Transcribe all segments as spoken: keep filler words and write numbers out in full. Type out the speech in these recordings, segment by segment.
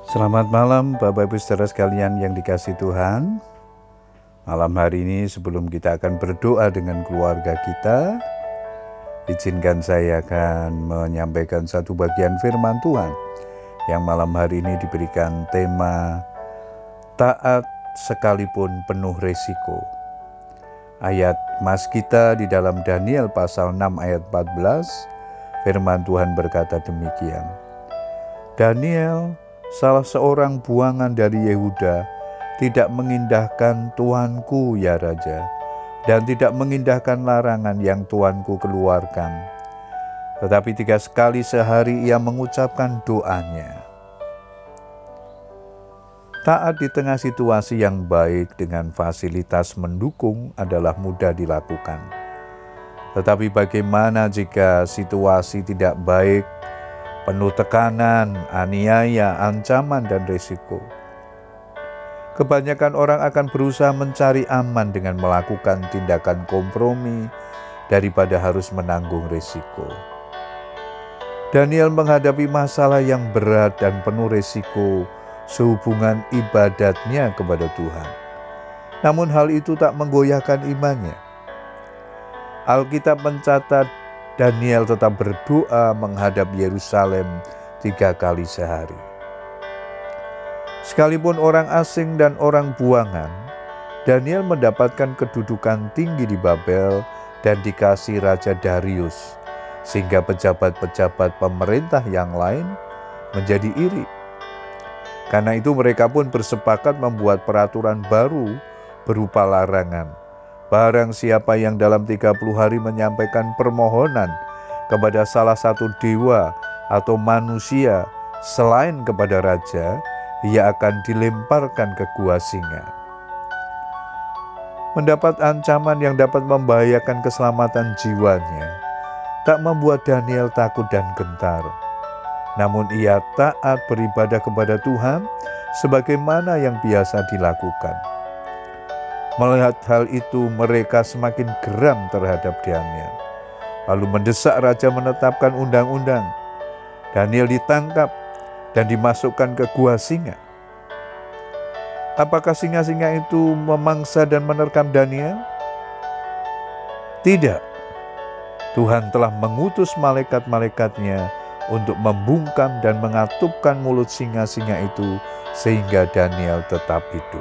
Selamat malam Bapak Ibu Saudara sekalian yang dikasihi Tuhan. Malam hari ini sebelum kita akan berdoa dengan keluarga kita, izinkan saya akan menyampaikan satu bagian firman Tuhan yang malam hari ini diberikan tema taat sekalipun penuh resiko. Ayat mas kita di dalam Daniel pasal enam ayat empat belas, firman Tuhan berkata demikian. Daniel, salah seorang buangan dari Yehuda, tidak mengindahkan Tuanku ya Raja, dan tidak mengindahkan larangan yang Tuanku keluarkan. Tetapi tiga kali sehari ia mengucapkan doanya. Taat di tengah situasi yang baik dengan fasilitas mendukung adalah mudah dilakukan. Tetapi bagaimana jika situasi tidak baik, penuh tekanan, aniaya, ancaman, dan risiko? Kebanyakan orang akan berusaha mencari aman dengan melakukan tindakan kompromi daripada harus menanggung risiko. Daniel menghadapi masalah yang berat dan penuh risiko sehubungan ibadatnya kepada Tuhan. Namun hal itu tak menggoyahkan imannya. Alkitab mencatat Daniel tetap berdoa menghadap Yerusalem tiga kali sehari. Sekalipun orang asing dan orang buangan, Daniel mendapatkan kedudukan tinggi di Babel dan dikasih Raja Darius, sehingga pejabat-pejabat pemerintah yang lain menjadi iri. Karena itu mereka pun bersepakat membuat peraturan baru berupa larangan. Barang siapa yang dalam tiga puluh hari menyampaikan permohonan kepada salah satu dewa atau manusia selain kepada raja, ia akan dilemparkan ke gua singa. Mendapat ancaman yang dapat membahayakan keselamatan jiwanya tak membuat Daniel takut dan gentar. Namun ia taat beribadah kepada Tuhan sebagaimana yang biasa dilakukan. Melihat hal itu, mereka semakin geram terhadap Daniel, lalu mendesak raja menetapkan undang-undang. Daniel ditangkap dan dimasukkan ke gua singa. Apakah singa-singa itu memangsa dan menerkam Daniel? Tidak. Tuhan telah mengutus malaikat-malaikatnya untuk membungkam dan mengatupkan mulut singa-singa itu sehingga Daniel tetap hidup.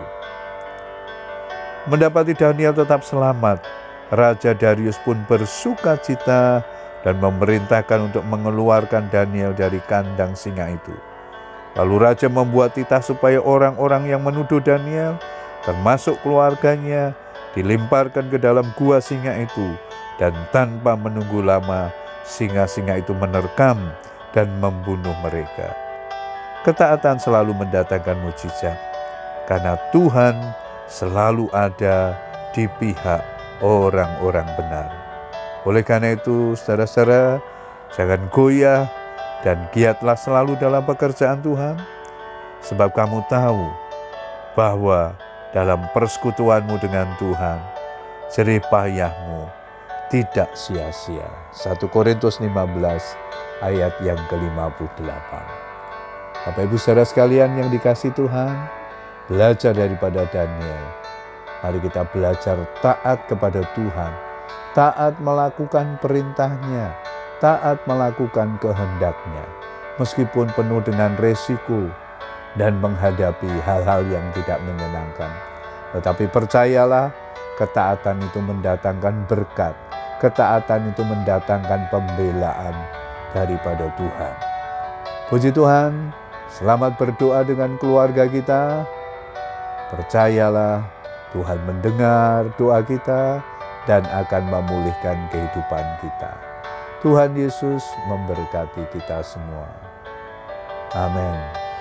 Mendapati Daniel tetap selamat, Raja Darius pun bersuka cita dan memerintahkan untuk mengeluarkan Daniel dari kandang singa itu. Lalu Raja membuat titah supaya orang-orang yang menuduh Daniel, termasuk keluarganya, dilemparkan ke dalam gua singa itu, dan tanpa menunggu lama, singa-singa itu menerkam dan membunuh mereka. Ketaatan selalu mendatangkan mujizat, karena Tuhan selalu ada di pihak orang-orang benar. Oleh karena itu, saudara-saudara, jangan goyah dan giatlah selalu dalam pekerjaan Tuhan, sebab kamu tahu bahwa dalam persekutuanmu dengan Tuhan, jerih payahmu tidak sia-sia. satu Korintus lima belas ayat yang ke lima puluh delapan. Bapak Ibu saudara sekalian yang dikasihi Tuhan, belajar daripada Daniel. Mari kita belajar taat kepada Tuhan, taat melakukan perintahnya, taat melakukan kehendaknya, meskipun penuh dengan resiko dan menghadapi hal-hal yang tidak menyenangkan. Tetapi percayalah, ketaatan itu mendatangkan berkat, ketaatan itu mendatangkan pembelaan daripada Tuhan. Puji Tuhan, selamat berdoa dengan keluarga kita. Percayalah, Tuhan mendengar doa kita dan akan memulihkan kehidupan kita. Tuhan Yesus memberkati kita semua. Amin.